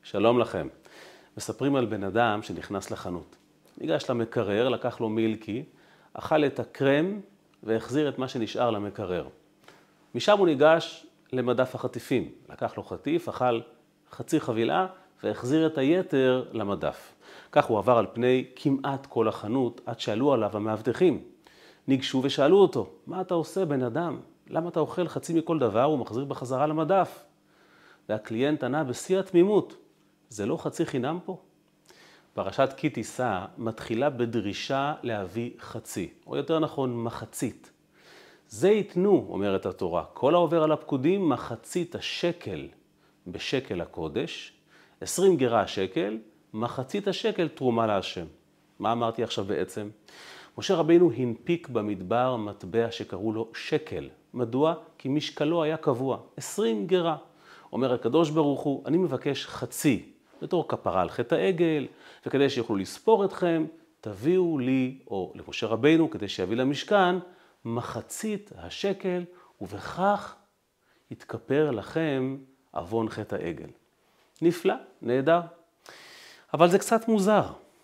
שלום לכם. מספרים על בן אדם שנכנס לחנות. ניגש למקרר, לקח לו מילקי, אכל את הקרם והחזיר את מה שנשאר למקרר. משם הוא ניגש למדף החטיפים. לקח לו חטיף, אכל חצי חבילה והחזיר את היתר למדף. כך הוא עבר על פני כמעט כל החנות עד שעלו עליו המאבטחים. ניגשו ושאלו אותו, מה אתה עושה בן אדם? למה אתה אוכל חצי מכל דבר ומחזיר בחזרה למדף? והקליינט ענה בשיא התמימות, זה לא חצי חינם פה? פרשת כי תישא מתחילה בדרישה להביא חצי, או יותר נכון מחצית. זה ייתנו, אומרת התורה, כל העובר על הפקודים מחצית השקל בשקל הקודש, 20 גרה שקל, מחצית השקל תרומה להשם. מה אמרתי עכשיו בעצם? משה רבינו הנפיק במדבר מטבע שקראו לו שקל. מדוע? כי משקלו היה קבוע, 20 גרה. אומר הקדוש ברוך הוא, אני מבקש חצי, בתור כפרה על חטא העגל, וכדי שיוכלו לספור אתכם, תביאו לי, או למשה רבינו, כדי שיביא למשכן, מחצית השקל, ובכך יתכפר לכם עוון חטא העגל. נפלא, נהדר. אבל זה קצת מוזר.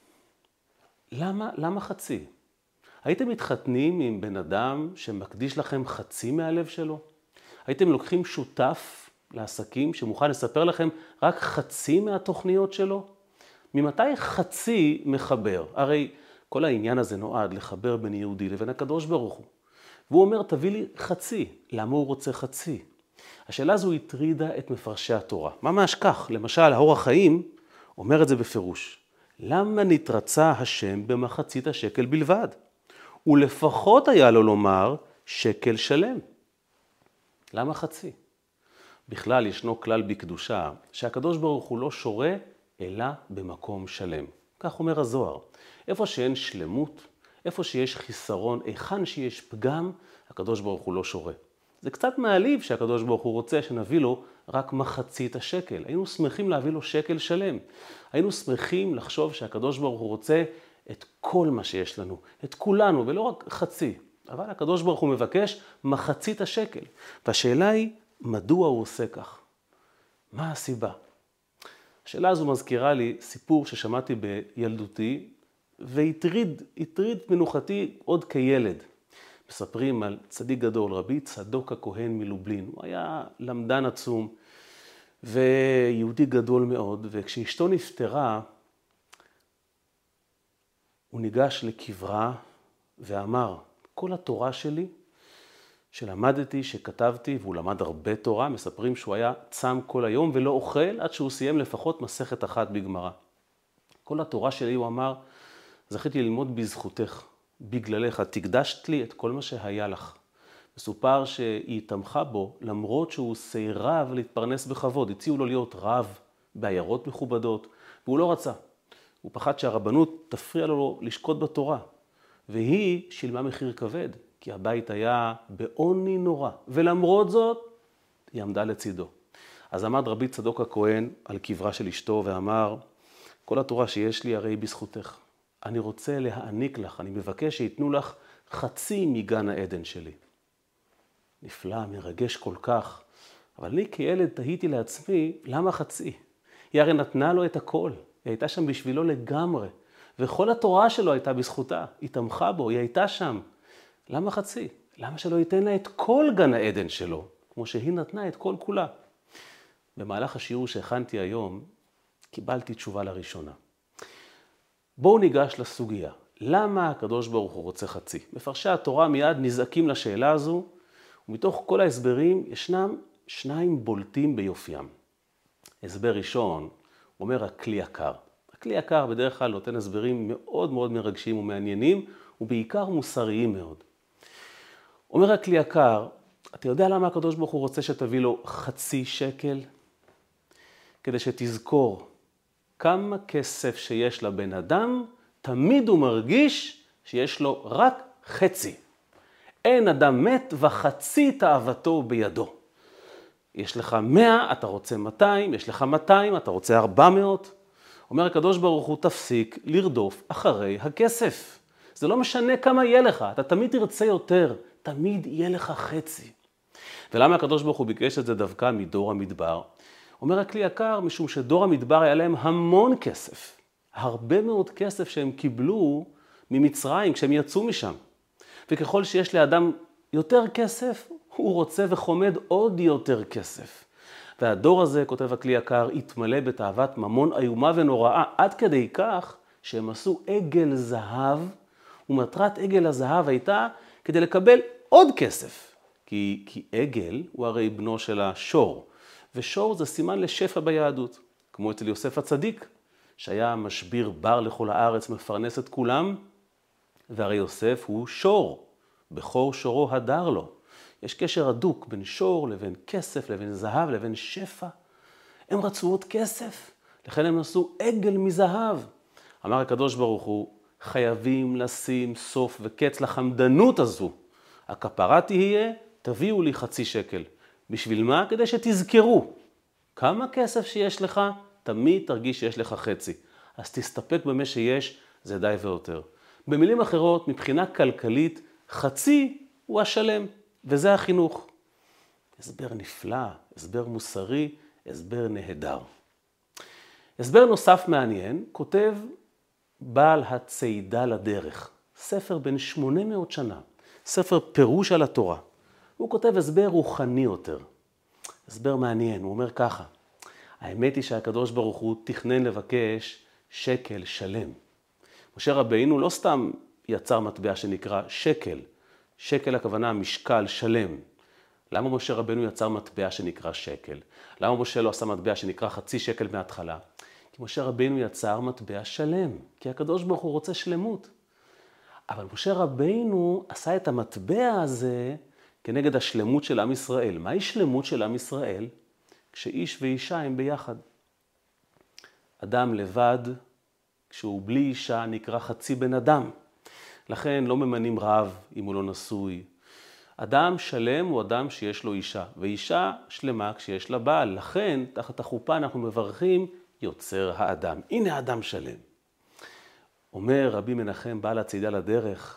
למה חצי? הייתם מתחתנים עם בן אדם שמקדיש לכם חצי מהלב שלו? הייתם לוקחים שותף לעסקים שמוכן לספר לכם רק חצי מהתוכניות שלו? ממתי חצי מחבר? הרי כל העניין הזה נועד לחבר בין יהודי לבין הקדוש ברוך הוא. והוא אומר, תביא לי חצי. למה הוא רוצה חצי? השאלה הזו הטרידה את מפרשי התורה. ממש כך, למשל, האור החיים אומר את זה בפירוש. למה נתרצה השם במחצית השקל בלבד? ולפחות היה לו לומר שקל שלם. למה חצי? בכלל ישנו כלל בקדושה שהקדוש ברוך הוא לא שורה אלא במקום שלם. כך אומר הזוהר. איפה שאין שלמות, איפה שיש חיסרון, היכן שיש פגם, הקדוש ברוך הוא לא שורה. זה קצת מעליב שהקדוש ברוך הוא רוצה שנביא לו רק מחצית השקל. היינו שמחים להביא לו שקל שלם. היינו שמחים לחשוב שהקדוש ברוך הוא רוצה את כל מה שיש לנו, את כולנו, ולא רק חצי. אבל הקדוש ברוך הוא מבקש מחצית השקל. והשאלה היא, מדוע הוא עושה כך? מה הסיבה? השאלה הזו מזכירה לי סיפור ששמעתי בילדותי, והטריד מנוחתי עוד כילד. מספרים על צדיק גדול, רבי צדוק הכהן מלובלין. הוא היה למדן עצום ויהודי גדול מאוד, וכשאשתו נפטרה, הוא ניגש לקברה ואמר, כל התורה שלי, שלמדתי, שכתבתי, והוא למד הרבה תורה, מספרים שהוא היה צם כל היום ולא אוכל עד שהוא סיים לפחות מסכת אחת בגמרא. כל התורה שלי, הוא אמר, זכיתי ללמוד בזכותך, בגללך, תקדשת לי את כל מה שהיה לך. מסופר שהיא תמכה בו, למרות שהוא סירב להתפרנס בכבוד. הציעו לו להיות רב בעיירות מכובדות, והוא לא רצה. הוא פחד שהרבנות תפריע לו לשקוט בתורה. והיא שילמה מחיר כבד, כי הבית היה בעוני נורא. ולמרות זאת, היא עמדה לצידו. אז עמד רבי צדוק הכהן על קברה של אשתו ואמר, כל התורה שיש לי הרי היא בזכותך. אני רוצה להעניק לך, אני מבקש שיתנו לך חצי מגן העדן שלי. נפלא, מרגש כל כך. אבל אני כילד תהיתי לעצמי, למה חצי? היא הרי נתנה לו את הכל. היא הייתה שם בשבילו לגמרי. וכל התורה שלו הייתה בזכותה. היא תמכה בו, היא הייתה שם. למה חצי? למה שלא ייתן לה את כל גן העדן שלו? כמו שהיא נתנה את כל כולה. במהלך השיעור שהכנתי היום, קיבלתי תשובה לראשונה. בואו ניגש לסוגיה. למה הקדוש ברוך הוא רוצה חצי? מפרשי התורה מיד נזעקים לשאלה הזו, ומתוך כל ההסברים ישנם שניים בולטים ביופיים. הסבר ראשון, אומר הכלי יקר. הכלי יקר בדרך כלל נותן הסברים מאוד מאוד מרגשים ומעניינים, ובעיקר מוסריים מאוד. אומר הכלי יקר, אתה יודע למה הקדוש ברוך הוא רוצה שתביא לו חצי שקל? כדי שתזכור כמה כסף שיש לבן אדם, תמיד הוא מרגיש שיש לו רק חצי. אין אדם מת וחצי תאוותו בידו. יש לך 100, אתה רוצה 200, יש לך 200, אתה רוצה 400. אומר הקדוש ברוך הוא, תפסיק לרדוף אחרי הכסף. זה לא משנה כמה יהיה לך, אתה תמיד תרצה יותר, תמיד יהיה לך חצי. ולמה הקדוש ברוך הוא ביקש את זה דווקא מדור המדבר? אומר הכלי יקר משום שדור המדבר היה להם המון כסף. הרבה מאוד כסף שהם קיבלו ממצרים כשהם יצאו משם. וככל שיש לאדם יותר כסף, הוא רוצה וחומד עוד יותר כסף. והדור הזה, כותב הכלי יקר, התמלא בתאוות ממון איומה ונוראה, עד כדי כך שהם עשו עגל זהב, ומטרת עגל הזהב הייתה כדי לקבל עוד כסף. כי עגל הוא הרי בנו של השור, ושור זה סימן לשפע ביהדות, כמו אצל יוסף הצדיק, שהיה משביר בר לכל הארץ, מפרנס את כולם, והרי יוסף הוא שור, בכור שורו הדר לו. יש קשר הדוק בין שור לבין כסף, לבין זהב, לבין שפע. הם רצו עוד כסף, לכן הם עשו עגל מזהב. אמר הקדוש ברוך הוא, חייבים לשים סוף וקץ לחמדנות הזו. הכפרה תהיה, תביאו לי 0.5 שקל. בשביל מה? כדי שתזכרו. כמה כסף שיש לך, תמיד תרגיש שיש לך 0.5. אז תסתפק במה שיש, זה די ויותר. במילים אחרות, מבחינה כלכלית, 0.5 הוא השלם, וזה החינוך. הסבר נפלא, הסבר מוסרי, הסבר נהדר. הסבר נוסף מעניין, כותב בעל הצידה לדרך, ספר בן 800 שנה, ספר פירוש על התורה. הוא כותב הסבר רוחני יותר, הסבר מעניין, הוא אומר ככה, האמת היא שהקדוש ברוך הוא תכנן לבקש שקל שלם. משה רבינו לא סתם יצר מטבע שנקרא שקל, שקל הכוונה משקל שלם. למה משה רבינו יצר מטבע שנקרא שקל? למה משה לא עשה מטבע שנקרא 0.5 שקל מההתחלה? כי משה רבינו יצר מטבע שלם, כי הקדוש ברוך הוא רוצה שלמות. אבל משה רבינו עשה את המטבע הזה כנגד השלמות של עם ישראל. מהי שלמות של עם ישראל? כשאיש ואישה הם ביחד. אדם לבד, כשהוא בלי אישה, נקרא חצי בן אדם. לכן לא ממנים רב אם הוא לא נשוי. אדם שלם הוא אדם שיש לו אישה, ואישה שלמה כשיש לה בעל. לכן, תחת החופה אנחנו מברכים יוצר האדם. הנה האדם שלם. אומר רבי מנחם בעל הצידה לדרך,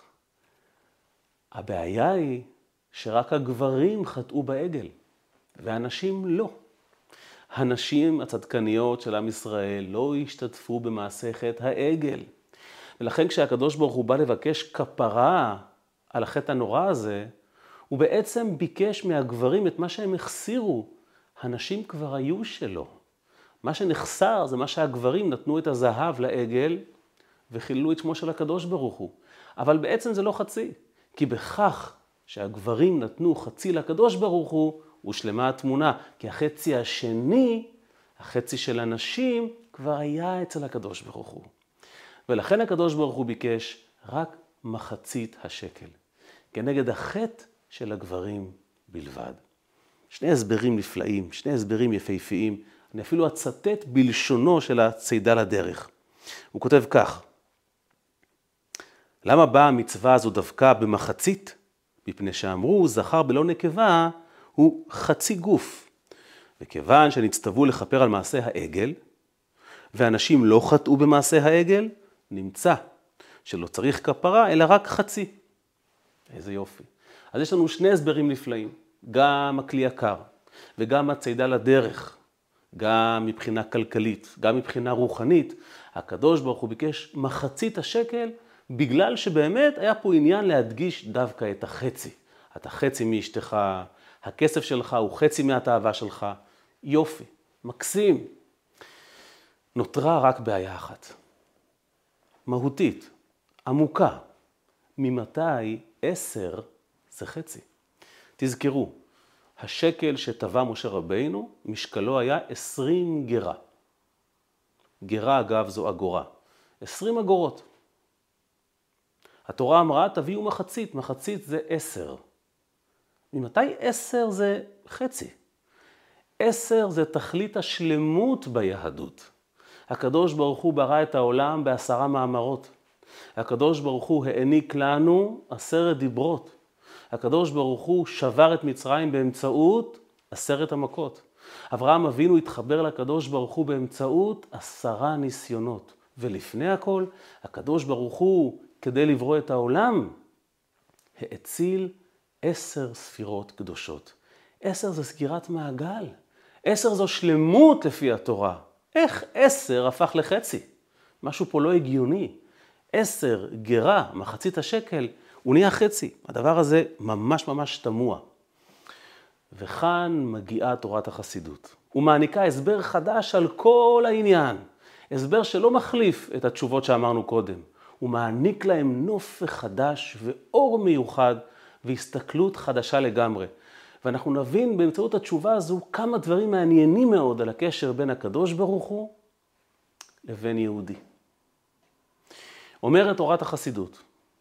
הבעיה היא שרק הגברים חטאו בעגל, והנשים לא. הנשים הצדקניות של עם ישראל לא השתתפו במעשה חטא העגל. ולכן כשהקדוש ברוך הוא בא לבקש כפרה על החטא הנורא הזה, הוא בעצם ביקש מהגברים את מה שהם החסירו. הנשים כבר היו שלו. מה שנחסר זה מה שהגברים נתנו את הזהב לעגל, וחיללו את שמו של הקדוש ברוך הוא. אבל בעצם זה לא 0.5, כי בכך שהגברים נתנו 0.5 לקדוש ברוך הוא, הושלמה התמונה, כי החצי השני, החצי של הנשים, כבר היה אצל הקדוש ברוך הוא. ולכן הקדוש ברוך הוא ביקש רק 0.5 השקל, כנגד החטא של הגברים בלבד. שני הסברים נפלאים, שני הסברים יפהפיים, אני אפילו אצטט בלשונו של הצידה לדרך. הוא כותב כך, למה באה המצווה הזו דווקא במחצית? מפני שאמרו, זכר בלא נקבה הוא 0.5 גוף. וכיוון שנצטוו לכפר על מעשה העגל, ואנשים לא חטאו במעשה העגל, נמצא שלא צריך כפרה, אלא רק 0.5. איזה יופי. אז יש לנו שני הסברים נפלאים, גם הכלי יקר, וגם הצידה לדרך, גם מבחינה כלכלית, גם מבחינה רוחנית. הקדוש ברוך הוא ביקש 0.5 השקל, בגלל שבאמת היה פה עניין להדגיש דווקא את 0.5. אתה 0.5 מאשתך, הכסף שלך הוא 0.5 מהתאווה שלך. יופי, מקסים. נותרה רק בעיה אחת. מהותית, עמוקה. ממתי 10 זה 0.5? תזכרו, השקל שטבע משה רבינו, משקלו היה 20 גרה. גרה אגב זו אגורה. 20 אגורות. התורה אמרה, תביאו מחצית, מחצית זה 10. ממתי 10 זה 0.5? 10 זה תכלית השלמות ביהדות. הקדוש ברוך הוא ברא את העולם ב10 מאמרות. הקדוש ברוך הוא העניק לנו 10 דיברות. הקדוש ברוך הוא שבר את מצרים באמצעות 10 המכות. אברהם אבינו התחבר לקדוש ברוך הוא באמצעות 10 ניסיונות. ולפני הכל, הקדוש ברוך הוא, כדי לברוא את העולם, האציל 10 ספירות קדושות. 10 זה סגירת מעגל. 10 זו שלמות לפי התורה. איך 10 הפך לחצי? משהו פה לא הגיוני. 10 גרה, מחצית השקל, הוא נהיה חצי. הדבר הזה ממש ממש תמוה. וכאן מגיעה תורת החסידות. הוא מעניקה הסבר חדש על כל העניין. הסבר שלא מחליף את התשובות שאמרנו קודם. הוא מעניק להם נופך חדש ואור מיוחד והסתכלות חדשה לגמרי. ואנחנו נבין באמצעות התשובה הזו כמה דברים מעניינים מאוד על הקשר בין הקדוש ברוך הוא לבין יהודי. אומרת תורת החסידות,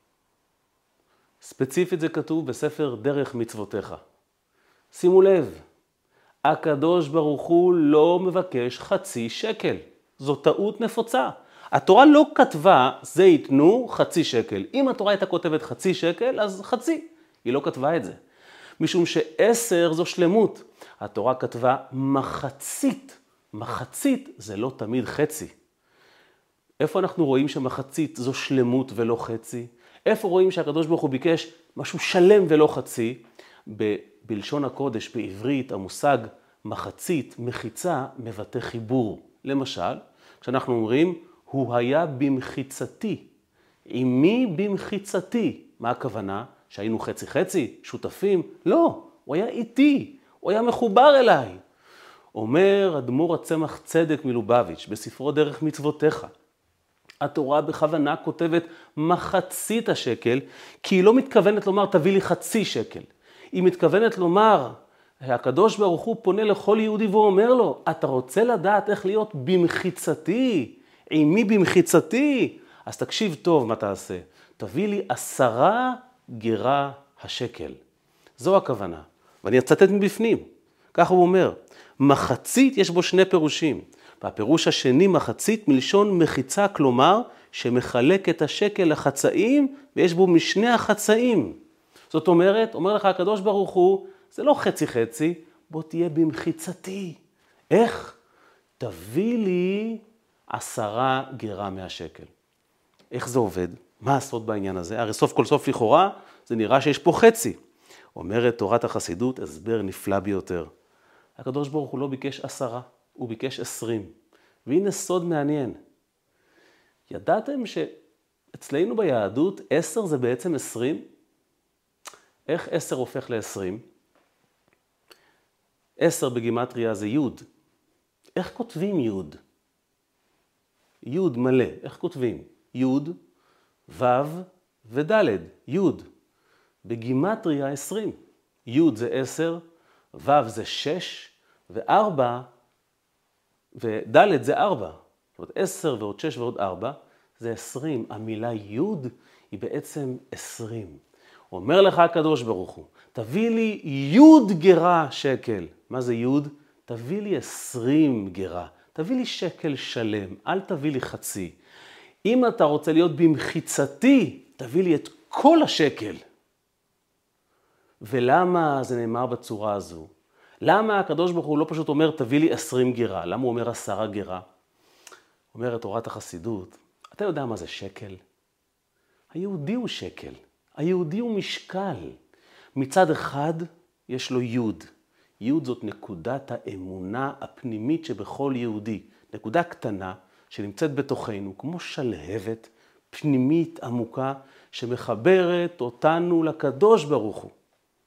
ספציפית זה כתוב בספר דרך מצוותיך. שימו לב, הקדוש ברוך הוא לא מבקש חצי שקל. זו טעות נפוצה. התורה לא כתבה, זה ייתנו חצי שקל. אם התורה הייתה כותבת חצי שקל, אז חצי. היא לא כתבה את זה. משום ש10 זו שלמות. התורה כתבה מחצית. מחצית זה לא תמיד חצי. איפה אנחנו רואים שמחצית זו שלמות ולא חצי? איפה רואים שהקדוש ברוך הוא ביקש משהו שלם ולא חצי? בלשון הקודש, בעברית, המושג מחצית, מחיצה, מבטא חיבור. למשל, כשאנחנו אומרים, הוא היה במחיצתי. עם מי במחיצתי? מה הכוונה? שהיינו חצי חצי, שותפים? לא, הוא היה איתי, הוא היה מחובר אליי. אומר אדמו"ר הצמח צדק מלובביץ' בספרו דרך מצוותיך. התורה בכוונה כותבת מחצית השקל, כי היא לא מתכוונת לומר תביא לי חצי שקל. היא מתכוונת לומר, הקדוש ברוך הוא פונה לכל יהודי ואומר לו, אתה רוצה לדעת איך להיות במחיצתי? עם מי במחיצתי? אז תקשיב טוב מה תעשה. תביא לי 10 גרה השקל. זו הכוונה. ואני אצטט מבפנים. ככה הוא אומר, מחצית יש בו 2 פירושים. והפירוש השני מחצית מלשון מחיצה, כלומר שמחלק את השקל לחצאים ויש בו משני החצאים. זאת אומרת, אומר לך הקדוש ברוך הוא, זה לא חצי חצי, בוא תהיה במחיצתי. איך? תביא לי 10 גרה מהשקל. איך זה עובד? מה הסוד בעניין הזה? הרי סוף כל סוף לכאורה זה נראה שיש פה חצי. אומרת תורת החסידות, הסבר נפלא ביותר. הקדוש ברוך הוא לא ביקש 10, הוא ביקש 20. והנה סוד מעניין. ידעתם שאצלנו ביהדות 10 זה בעצם 20? איך 10 הופך ל-20? 10 בגימטריה זה י'. איך כותבים י'? י' מלא, איך כותבים? י', ו' וד', י'. בגימטריה 20. י' זה 10, ו' זה 6, ו4 וד' זה 4. זאת אומרת 10 ועוד 6 ועוד 4 זה 20. המילה י' היא בעצם 20. אומר לך הקדוש ברוך הוא, תביא לי י' גרה שקל. מה זה י'? תביא לי 20 גרה. תביא לי שקל שלם, אל תביא לי חצי. אם אתה רוצה להיות במחיצתי, תביא לי את כל השקל. ולמה זה נאמר בצורה הזו? למה הקדוש ברוך הוא לא פשוט אומר תביא לי 20 גרה? למה הוא אומר 10 גרה? אומרת תורת החסידות, אתה יודע מה זה שקל? היהודי הוא שקל. היהודי הוא משקל. מצד אחד יש לו י'. י' זאת נקודת האמונה הפנימית שבכל יהודי. נקודה קטנה שנמצאת בתוכנו כמו שלהבת פנימית עמוקה שמחברת אותנו לקדוש ברוך הוא.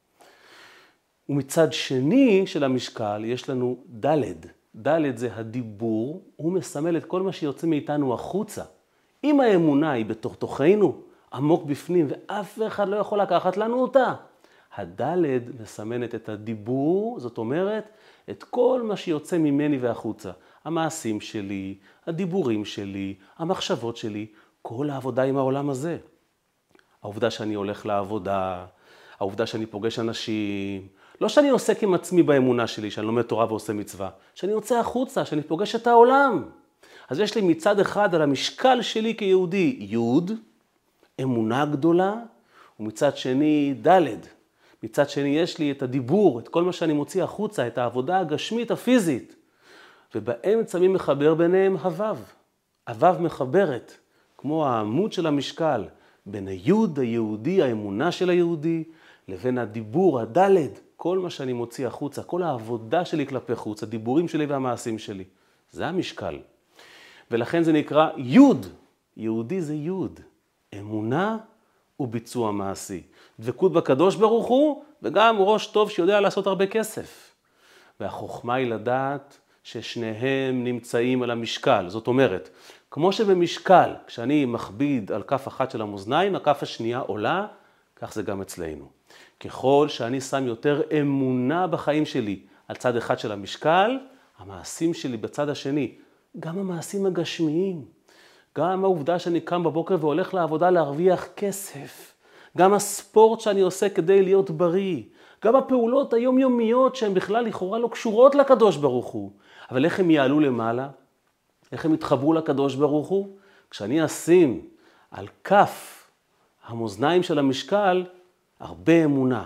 ומצד שני של המשקל יש לנו ד'. ד' זה הדיבור, הוא מסמל את כל מה שיוצא מאיתנו החוצה. אם האמונה היא בתוך תוכנו, עמוק בפנים, ואף אחד לא יכול לקחת לנו אותה. הד' מסמנת את הדיבור, זאת אומרת, את כל מה שיוצא ממני והחוצה. המעשים שלי, הדיבורים שלי, המחשבות שלי, כל העבודה עם העולם הזה. העובדה שאני הולך לעבודה, העובדה שאני פוגש אנשים, לא שאני עוסק עם עצמי באמונה שלי, שאני לומד תורה ועושה מצווה, שאני יוצא החוצה, שאני פוגש את העולם. אז יש לי מצד אחד על המשקל שלי כיהודי, י', אמונה גדולה, ומצד שני ד'. מצד שני יש לי את הדיבור, את כל מה שאני מוציא החוצה, את העבודה הגשמית הפיזית. ובאמצע מי מחבר ביניהם? הוו. הוו מחברת, כמו העמוד של המשקל, בין היוד היהודי, האמונה של היהודי, לבין הדיבור, הד', כל מה שאני מוציא החוצה, כל העבודה שלי כלפי חוץ, הדיבורים שלי והמעשים שלי, זה המשקל. ולכן זה נקרא יוד. יהודי זה יוד. אמונה וביצוע מעשי. דבקות בקדוש ברוך הוא, וגם ראש טוב שיודע לעשות הרבה כסף. והחוכמה היא לדעת ששניהם נמצאים על המשקל. זאת אומרת, כמו שבמשקל, כשאני מכביד על כף אחת של המאזניים, הכף השנייה עולה, כך זה גם אצלנו. ככל שאני שם יותר אמונה בחיים שלי על צד אחד של המשקל, המעשים שלי בצד השני, גם המעשים הגשמיים, גם העובדה שאני קם בבוקר והולך לעבודה להרוויח כסף, גם הספורט שאני עושה כדי להיות בריא, גם הפעולות היומיומיות שהן בכלל לכאורה לא קשורות לקדוש ברוך הוא, אבל איך הם יעלו למעלה? איך הם יתחברו לקדוש ברוך הוא? כשאני אשים על כף המאזניים של המשקל, הרבה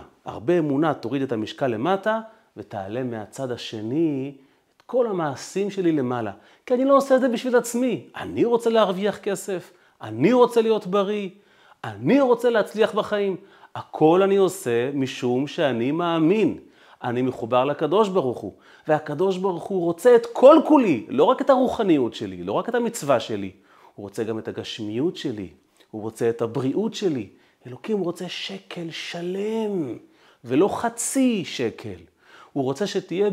אמונה תוריד את המשקל למטה ותעלה מהצד השני את כל המעשים שלי למעלה. כי אני לא עושה את זה בשביל עצמי. אני רוצה להרוויח כסף, אני רוצה להיות בריא, אני רוצה להצליח בחיים. הכל אני עושה משום שאני מאמין. אני מחובר לקדוש ברוך הוא. והקדוש ברוך הוא רוצה את כל כולי, לא רק את הרוחניות שלי, לא רק את המצווה שלי. הוא רוצה גם את הגשמיות שלי, הוא רוצה את הבריאות שלי. אלוקים רוצה שקל שלם, ולא חצי שקל. הוא רוצה שתהיה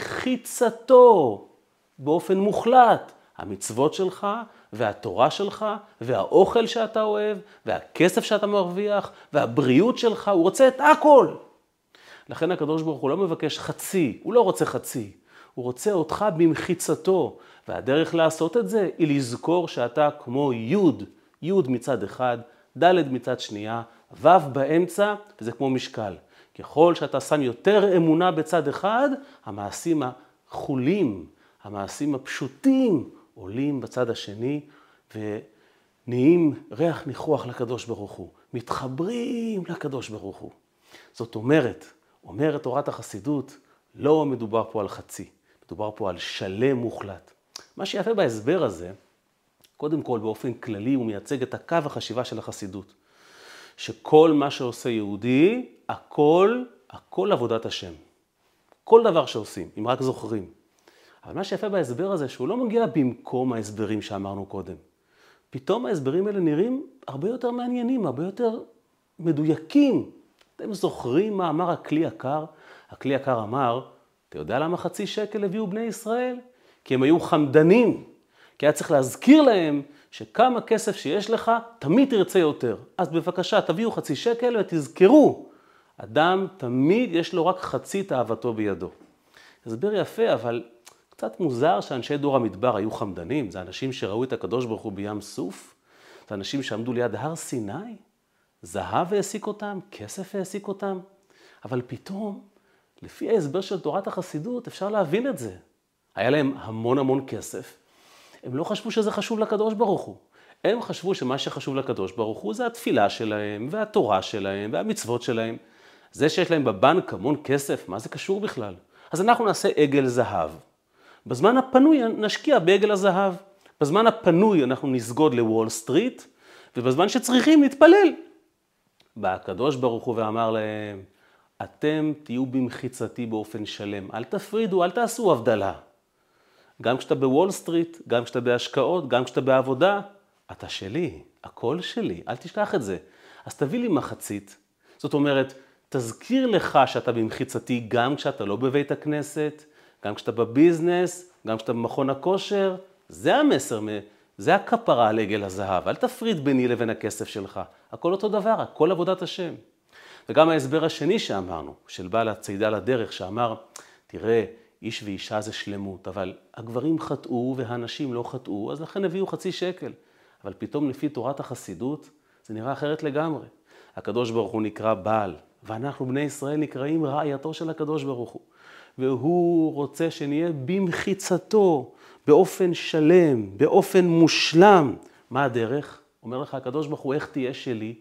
במחיצתו, באופן מוחלט. המצוות שלך, והתורה שלך, והאוכל שאתה אוהב, והכסף שאתה מרוויח, והבריאות שלך, הוא רוצה את הכל. לכן הקדוש ברוך הוא לא מבקש חצי, הוא לא רוצה חצי. הוא רוצה אותך במחיצתו, והדרך לעשות את זה היא לזכור שאתה כמו יוד, יוד מצד אחד, ד' מצד שנייה, ו' באמצע, וזה כמו משקל. ככל שאתה שם יותר אמונה בצד אחד, המעשים החולים, המעשים הפשוטים, עולים בצד השני, ונהיים ריח ניחוח לקדוש ברוך הוא. מתחברים לקדוש ברוך הוא. זאת אומרת תורת החסידות, לא מדובר פה על חצי, מדובר פה על שלם מוחלט. מה שיפה בהסבר הזה, קודם כל באופן כללי הוא מייצג את הקו החשיבה של החסידות. שכל מה שעושה יהודי, הכל עבודת השם. כל דבר שעושים, אם רק זוכרים. אבל מה שיפה בהסבר הזה, שהוא לא מגיע במקום ההסברים שאמרנו קודם. פתאום ההסברים האלה נראים הרבה יותר מעניינים, הרבה יותר מדויקים. אתם זוכרים מה אמר הכלי יקר? הכלי יקר אמר, אתה יודע למה חצי שקל הביאו בני ישראל? כי הם היו חמדנים. כי היה צריך להזכיר להם שכמה כסף שיש לך, תמיד תרצה יותר. אז בבקשה, תביאו חצי שקל ותזכרו. אדם תמיד יש לו רק חצי תאוותו בידו. הסבר יפה, אבל קצת מוזר שאנשי דור המדבר היו חמדנים. זה אנשים שראו את הקדוש ברוך הוא בים סוף. זה אנשים שעמדו ליד הר סיני. זהב העסיק אותם, כסף העסיק אותם. אבל פתאום, לפי ההסבר של תורת החסידות, אפשר להבין את זה. היה להם המון כסף. הם לא חשבו שזה חשוב לקדוש ברוך הוא. הם חשבו שמה שחשוב לקדוש ברוך הוא זה התפילה שלהם, והתורה שלהם, והמצוות שלהם. זה שיש להם בבנק המון כסף, מה זה קשור בכלל? אז אנחנו נעשה עגל זהב. בזמן הפנוי נשקיע בעגל הזהב. בזמן הפנוי אנחנו נסגוד לוול סטריט, ובזמן שצריכים נתפלל. בא הקדוש ברוך הוא ואמר להם, אתם תהיו במחיצתי באופן שלם, אל תפרידו, אל תעשו הבדלה. גם כשאתה בוול סטריט, גם כשאתה בהשקעות, גם כשאתה בעבודה, אתה שלי, הכל שלי, אל תשכח את זה. אז תביא לי מחצית. זאת אומרת, תזכיר לך שאתה במחיצתי גם כשאתה לא בבית הכנסת, גם כשאתה בביזנס, גם כשאתה במכון הכושר. זה המסר, זה הכפרה על עגל הזהב. אל תפריד ביני לבין הכסף שלך. הכל אותו דבר, הכל עבודת השם. וגם ההסבר השני שאמרנו, של בעל הצידה לדרך, שאמר, תראה, איש ואישה זה שלמות, אבל הגברים חטאו והנשים לא חטאו, אז לכן הביאו חצי שקל. אבל פתאום לפי תורת החסידות, זה נראה אחרת לגמרי. הקדוש ברוך הוא נקרא בעל, ואנחנו בני ישראל נקראים רעייתו של הקדוש ברוך הוא. והוא רוצה שנהיה במחיצתו, באופן שלם, באופן מושלם. מה הדרך? אומר לך הקדוש ברוך הוא, איך תהיה שלי?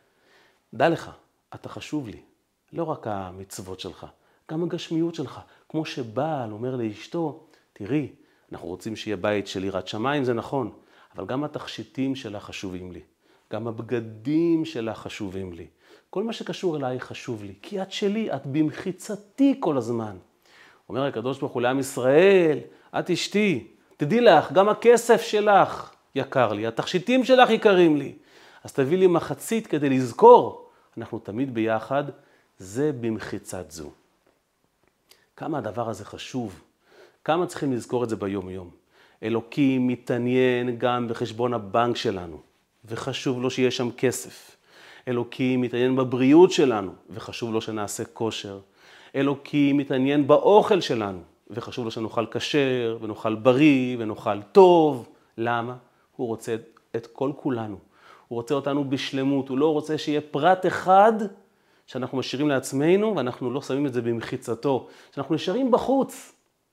דע לך, אתה חשוב לי. לא רק המצוות שלך, גם הגשמיות שלך. כמו שבעל אומר לאשתו, תראי, אנחנו רוצים שיהיה בית של יראת שמיים, זה נכון, אבל גם התכשיטים שלה חשובים לי. גם הבגדים שלה חשובים לי. כל מה שקשור אליי חשוב לי, כי את שלי, את במחיצתי כל הזמן. אומר הקדוש ברוך הוא לעם ישראל, את אשתי, תדעי לך, גם הכסף שלך יקר לי, התכשיטים שלך יקרים לי. אז תביא לי מחצית כדי לזכור, אנחנו תמיד ביחד, זה במחיצת זו. כמה הדבר הזה חשוב, כמה צריכים לזכור את זה ביום יום. אלוקים מתעניין גם בחשבון הבנק שלנו, וחשוב לו שיש שם כסף. אלוקים מתעניין בבריאות שלנו, וחשוב לו שנעשה כושר. אלוקים מתעניין באוכל שלנו, וחשוב לו שנאכל כשר, ונאכל בריא, ונאכל טוב. למה? הוא רוצה את כל כולנו. הוא רוצה אותנו בשלמות, הוא לא רוצה שיהיה פרט אחד שאנחנו משאירים לעצמנו, ואנחנו לא שמים את זה במחיצתו, שאנחנו נשארים בחוץ.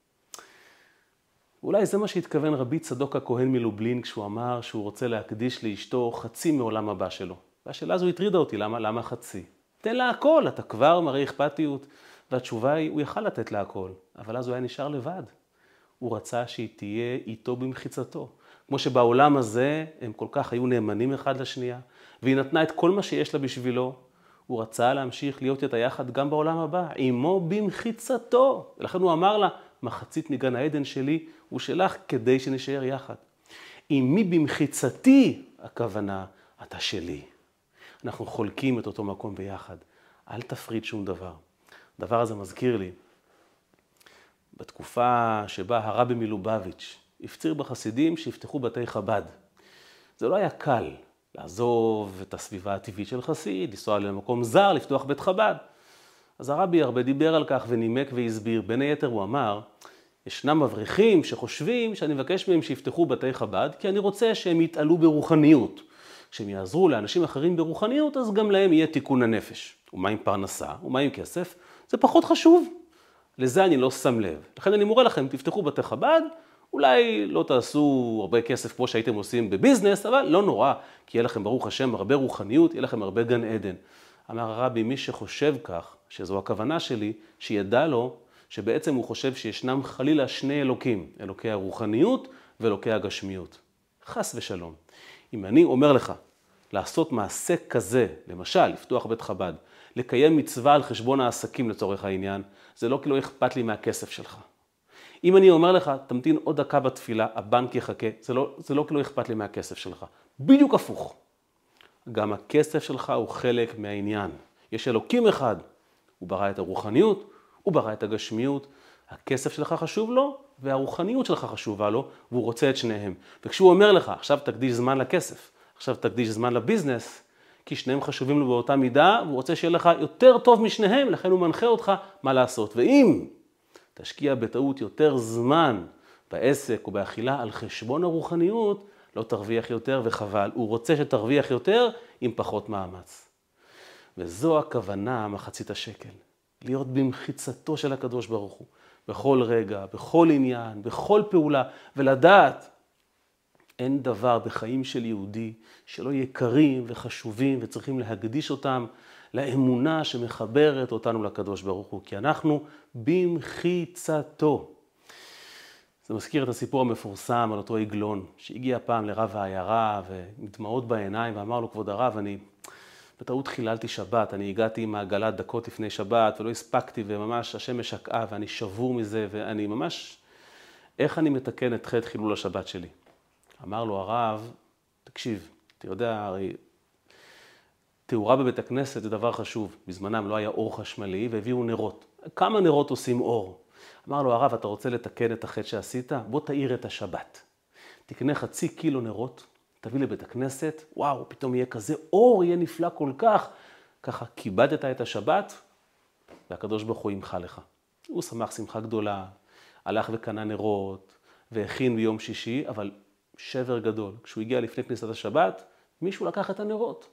אולי זה מה שהתכוון רבי צדוק הכהן מלובלין, כשהוא אמר שהוא רוצה להקדיש לאשתו חצי מעולם הבא שלו. והשאלה הזו הטרידה אותי, למה חצי? תן לה הכל, אתה כבר מראה אכפתיות. והתשובה היא, הוא יכל לתת לה הכל, אבל אז הוא היה נשאר לבד. הוא רצה שהיא תהיה איתו במחיצתו. כמו שבעולם הזה הם כל כך היו נאמנים אחד לשנייה, והיא נתנה את כל מה שיש לה בשבילו, הוא רצה להמשיך להיות איתה יחד גם בעולם הבא, עמו במחיצתו. ולכן הוא אמר לה, מחצית מגן העדן שלי הוא שלך כדי שנשאר יחד. עמי במחיצתי הכוונה, אתה שלי. אנחנו חולקים את אותו מקום ביחד. אל תפריד שום דבר. הדבר הזה מזכיר לי, בתקופה שבה הרבי מלובביץ' הפציר בחסידים שיפתחו בתי חב"ד. זה לא היה קל לעזוב את הסביבה הטבעית של חסיד, לנסוע למקום זר, לפתוח בית חב"ד. אז הרבי הרבה דיבר על כך ונימק והסביר. בין היתר הוא אמר, ישנם מבריחים שחושבים שאני מבקש מהם שיפתחו בתי חב"ד, כי אני רוצה שהם יתעלו ברוחניות. כשהם יעזרו לאנשים אחרים ברוחניות, אז גם להם יהיה תיקון הנפש. ומה עם פרנסה? ומה עם כסף? זה פחות חשוב. לזה אני לא שם לב. לכן אני מורה לכם, תפתחו בתי חב"ד, אולי לא תעשו הרבה כסף כמו שהייתם עושים בביזנס, אבל לא נורא, כי יהיה לכם ברוך השם הרבה רוחניות, יהיה לכם הרבה גן עדן. אמר הרבי, מי שחושב כך, שזו הכוונה שלי, שידע לו שבעצם הוא חושב שישנם חלילה שני אלוקים, אלוקי הרוחניות ואלוקי הגשמיות. חס ושלום. אם אני אומר לך, לעשות מעשה כזה, למשל, לפתוח בית חב"ד, לקיים מצווה על חשבון העסקים לצורך העניין, זה לא כי לא אכפת לי מהכסף שלך. אם אני אומר לך, תמתין עוד דקה בתפילה, הבנק יחכה, זה לא כי לא אכפת לי מהכסף שלך. בדיוק הפוך. גם הכסף שלך הוא חלק מהעניין. יש אלוקים אחד, הוא ברא את הרוחניות, הוא ברא את הגשמיות, הכסף שלך חשוב לו, והרוחניות שלך חשובה לו, והוא רוצה את שניהם. וכשהוא אומר לך, עכשיו תקדיש זמן לכסף, עכשיו תקדיש זמן לביזנס, כי שניהם חשובים לו באותה מידה, והוא רוצה שיהיה לך יותר טוב משניהם, לכן הוא מנחה אותך מה לעשות. ואם תשקיע בטעות יותר זמן בעסק או באכילה על חשבון הרוחניות, לא תרוויח יותר וחבל. הוא רוצה שתרוויח יותר עם פחות מאמץ. וזו הכוונה מחצית השקל. להיות במחיצתו של הקדוש ברוך הוא. בכל רגע, בכל עניין, בכל פעולה, ולדעת, אין דבר בחיים של יהודי שלא יקרים וחשובים וצריכים להקדיש אותם לאמונה שמחברת אותנו לקדוש ברוך הוא, כי אנחנו במחיצתו. זה מזכיר את הסיפור המפורסם על אותו עגלון שהגיע פעם לרב העיירה ומדמעות בעיניים ואמר לו, כבוד הרב, אני בטעות חיללתי שבת, אני הגעתי עם העגלה דקות לפני שבת ולא הספקתי וממש השמש שקעה ואני שבור מזה ואני ממש, איך אני מתקן את חטא חילול השבת שלי? אמר לו הרב, תקשיב, אתה יודע, הרי תאורה בבית הכנסת זה דבר חשוב. בזמנם לא היה אור חשמלי והביאו נרות. כמה נרות עושים אור? אמר לו הרב, אתה רוצה לתקן את החטא שעשית? בוא תאיר את השבת. תקנה 0.5 קילו נרות, תביא לבית הכנסת, וואו, פתאום יהיה כזה אור, יהיה נפלא כל כך. ככה כיבדת את השבת, והקדוש ברוך הוא ימחה לך. הוא שמח שמחה גדולה, הלך וקנה נרות, והכין ביום שישי, אבל שבר גדול. כשהוא הגיע לפני כניסת השבת, מישהו לקח את הנרות.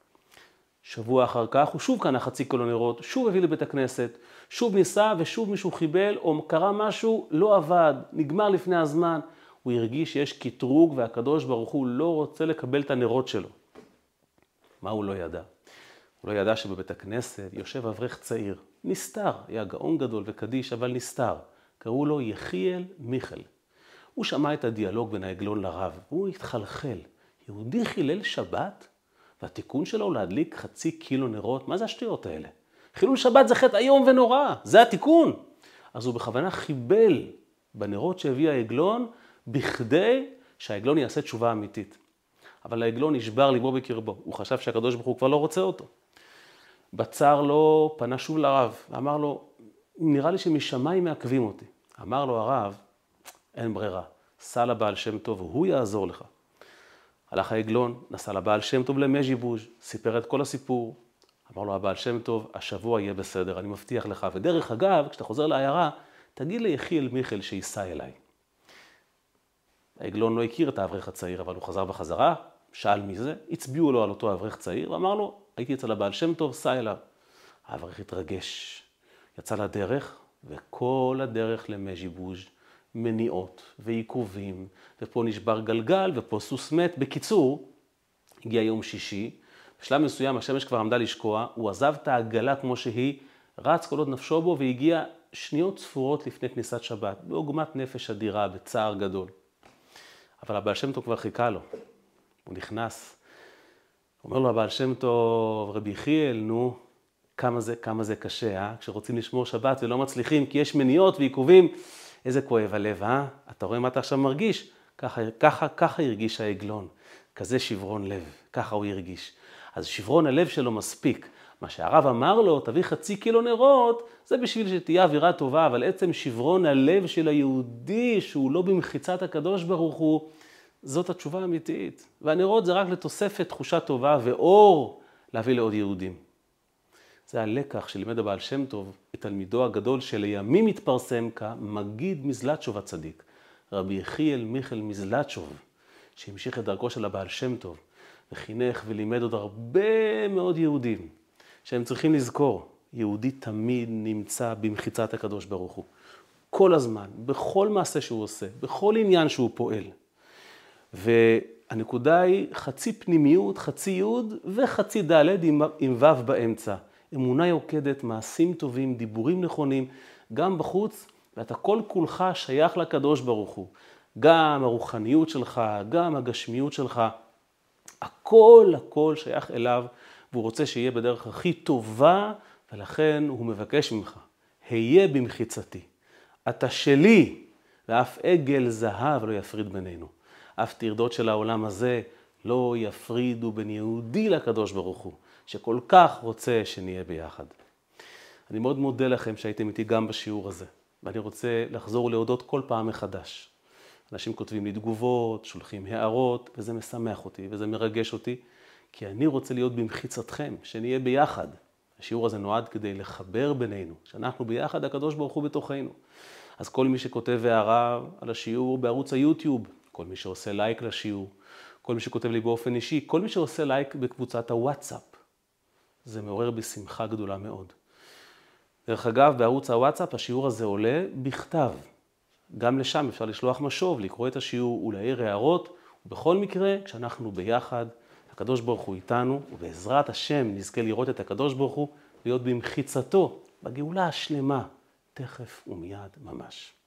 שבוע אחר כך הוא שוב קנה 0.5 קילו נרות, שוב הביא לבית הכנסת, שוב ניסה ושוב מישהו חיבל או קרה משהו, לא עבד, נגמר לפני הזמן. הוא הרגיש שיש קטרוג והקדוש ברוך הוא לא רוצה לקבל את הנרות שלו. מה הוא לא ידע? הוא לא ידע שבבית הכנסת יושב אברך צעיר, נסתר, היה גאון גדול וקדיש אבל נסתר. קראו לו יחיאל מיכל. הוא שמע את הדיאלוג בין העגלון לרב, והוא התחלחל. יהודי חילל שבת? והתיקון שלו הוא להדליק 0.5 קילו נרות. מה זה השטויות האלה? חילול שבת זה חטא איום ונורא, זה התיקון. אז הוא בכוונה חיבל בנרות שהביא העגלון, בכדי שהעגלון יעשה תשובה אמיתית. אבל העגלון נשבר ליבו בקרבו, הוא חשב שהקדוש ברוך הוא כבר לא רוצה אותו. בצר לו פנה שוב לרב, ואמר לו, נראה לי שמשמיים מעכבים אותי. אמר לו הרב, אין ברירה, סע לבעל שם טוב והוא יעזור לך. הלך העגלון, נסע לבעל שם טוב למז'יבוז', סיפר את כל הסיפור. אמר לו הבעל שם טוב, השבוע יהיה בסדר, אני מבטיח לך. ודרך אגב, כשאתה חוזר לעיירה, תגיד ליחיאל מיכל שייסע אליי. העגלון לא הכיר את האברך הצעיר, אבל הוא חזר בחזרה, שאל מי זה, הצביעו לו על אותו אברך צעיר, ואמר לו, הייתי אצל הבעל שם טוב, סע אליו. האברך התרגש, יצא לדרך, וכל הדרך למז'יבוז' מניעות ועיכובים, ופה נשבר גלגל, ופה סוס מת. בקיצור, הגיע יום שישי, בשלב מסוים השמש כבר עמדה לשקוע, הוא עזב את העגלה כמו שהיא, רץ כל עוד נפשו בו, והגיע שניות ספורות לפני כניסת שבת, בעוגמת נפש אדירה, בצער גדול. אבל הבעל שם טוב כבר חיכה לו, הוא נכנס, אומר לו הבעל שם טוב, רבי יחיאל, נו, כמה זה קשה, כשרוצים לשמור שבת ולא מצליחים, כי יש מניעות ועיכובים, איזה כואב הלב, אתה רואה מה אתה עכשיו מרגיש? ככה הרגיש העגלון, כזה שברון לב, ככה הוא הרגיש. אז שברון הלב שלו מספיק. מה שהרב אמר לו, תביא 0.5 קילו נרות, זה בשביל שתהיה אווירה טובה, אבל עצם שברון הלב של היהודי, שהוא לא במחיצת הקדוש ברוך הוא, זאת התשובה האמיתית. והנרות זה רק לתוספת תחושה טובה ואור להביא לעוד יהודים. זה הלקח שלימד הבעל שם טוב, את תלמידו הגדול שלימים התפרסם כמגיד מזלצ'וב הצדיק, רבי יחיאל מיכל מזלצ'וב, שהמשיך את דרכו של הבעל שם טוב, וחינך ולימד עוד הרבה מאוד יהודים, שהם צריכים לזכור, יהודי תמיד נמצא במחיצת הקדוש ברוך הוא. כל הזמן, בכל מעשה שהוא עושה, בכל עניין שהוא פועל. והנקודה היא 0.5 פנימיות, 0.5 יוד ו0.5 ד' עם ו' באמצע. אמונה יוקדת, מעשים טובים, דיבורים נכונים, גם בחוץ, ואתה כל כולך שייך לקדוש ברוך הוא. גם הרוחניות שלך, גם הגשמיות שלך, הכל שייך אליו, והוא רוצה שיהיה בדרך הכי טובה, ולכן הוא מבקש ממך, היה במחיצתי. אתה שלי, ואף עגל זהב לא יפריד בינינו. אף טרדות של העולם הזה לא יפרידו בין יהודי לקדוש ברוך הוא, שכל כך רוצה שנהיה ביחד. אני מאוד מודה לכם שהייתם איתי גם בשיעור הזה, ואני רוצה לחזור ולהודות כל פעם מחדש. אנשים כותבים לי תגובות, שולחים הערות, וזה משמח אותי וזה מרגש אותי, כי אני רוצה להיות במחיצתכם, שנהיה ביחד. השיעור הזה נועד כדי לחבר בינינו, שאנחנו ביחד, הקדוש ברוך הוא בתוכנו. אז כל מי שכותב הערה על השיעור בערוץ היוטיוב, כל מי שעושה לייק לשיעור, כל מי שכותב לי באופן אישי, כל מי שעושה לייק בקבוצת הוואטסאפ, זה מעורר בשמחה גדולה מאוד. דרך אגב, בערוץ הוואטסאפ השיעור הזה עולה בכתב. גם לשם אפשר לשלוח משוב, לקרוא את השיעור ולהעיר הערות, ובכל מקרה, כשאנחנו ביחד, הקדוש ברוך הוא איתנו, ובעזרת השם נזכה לראות את הקדוש ברוך הוא, להיות במחיצתו, בגאולה השלמה, תכף ומיד ממש.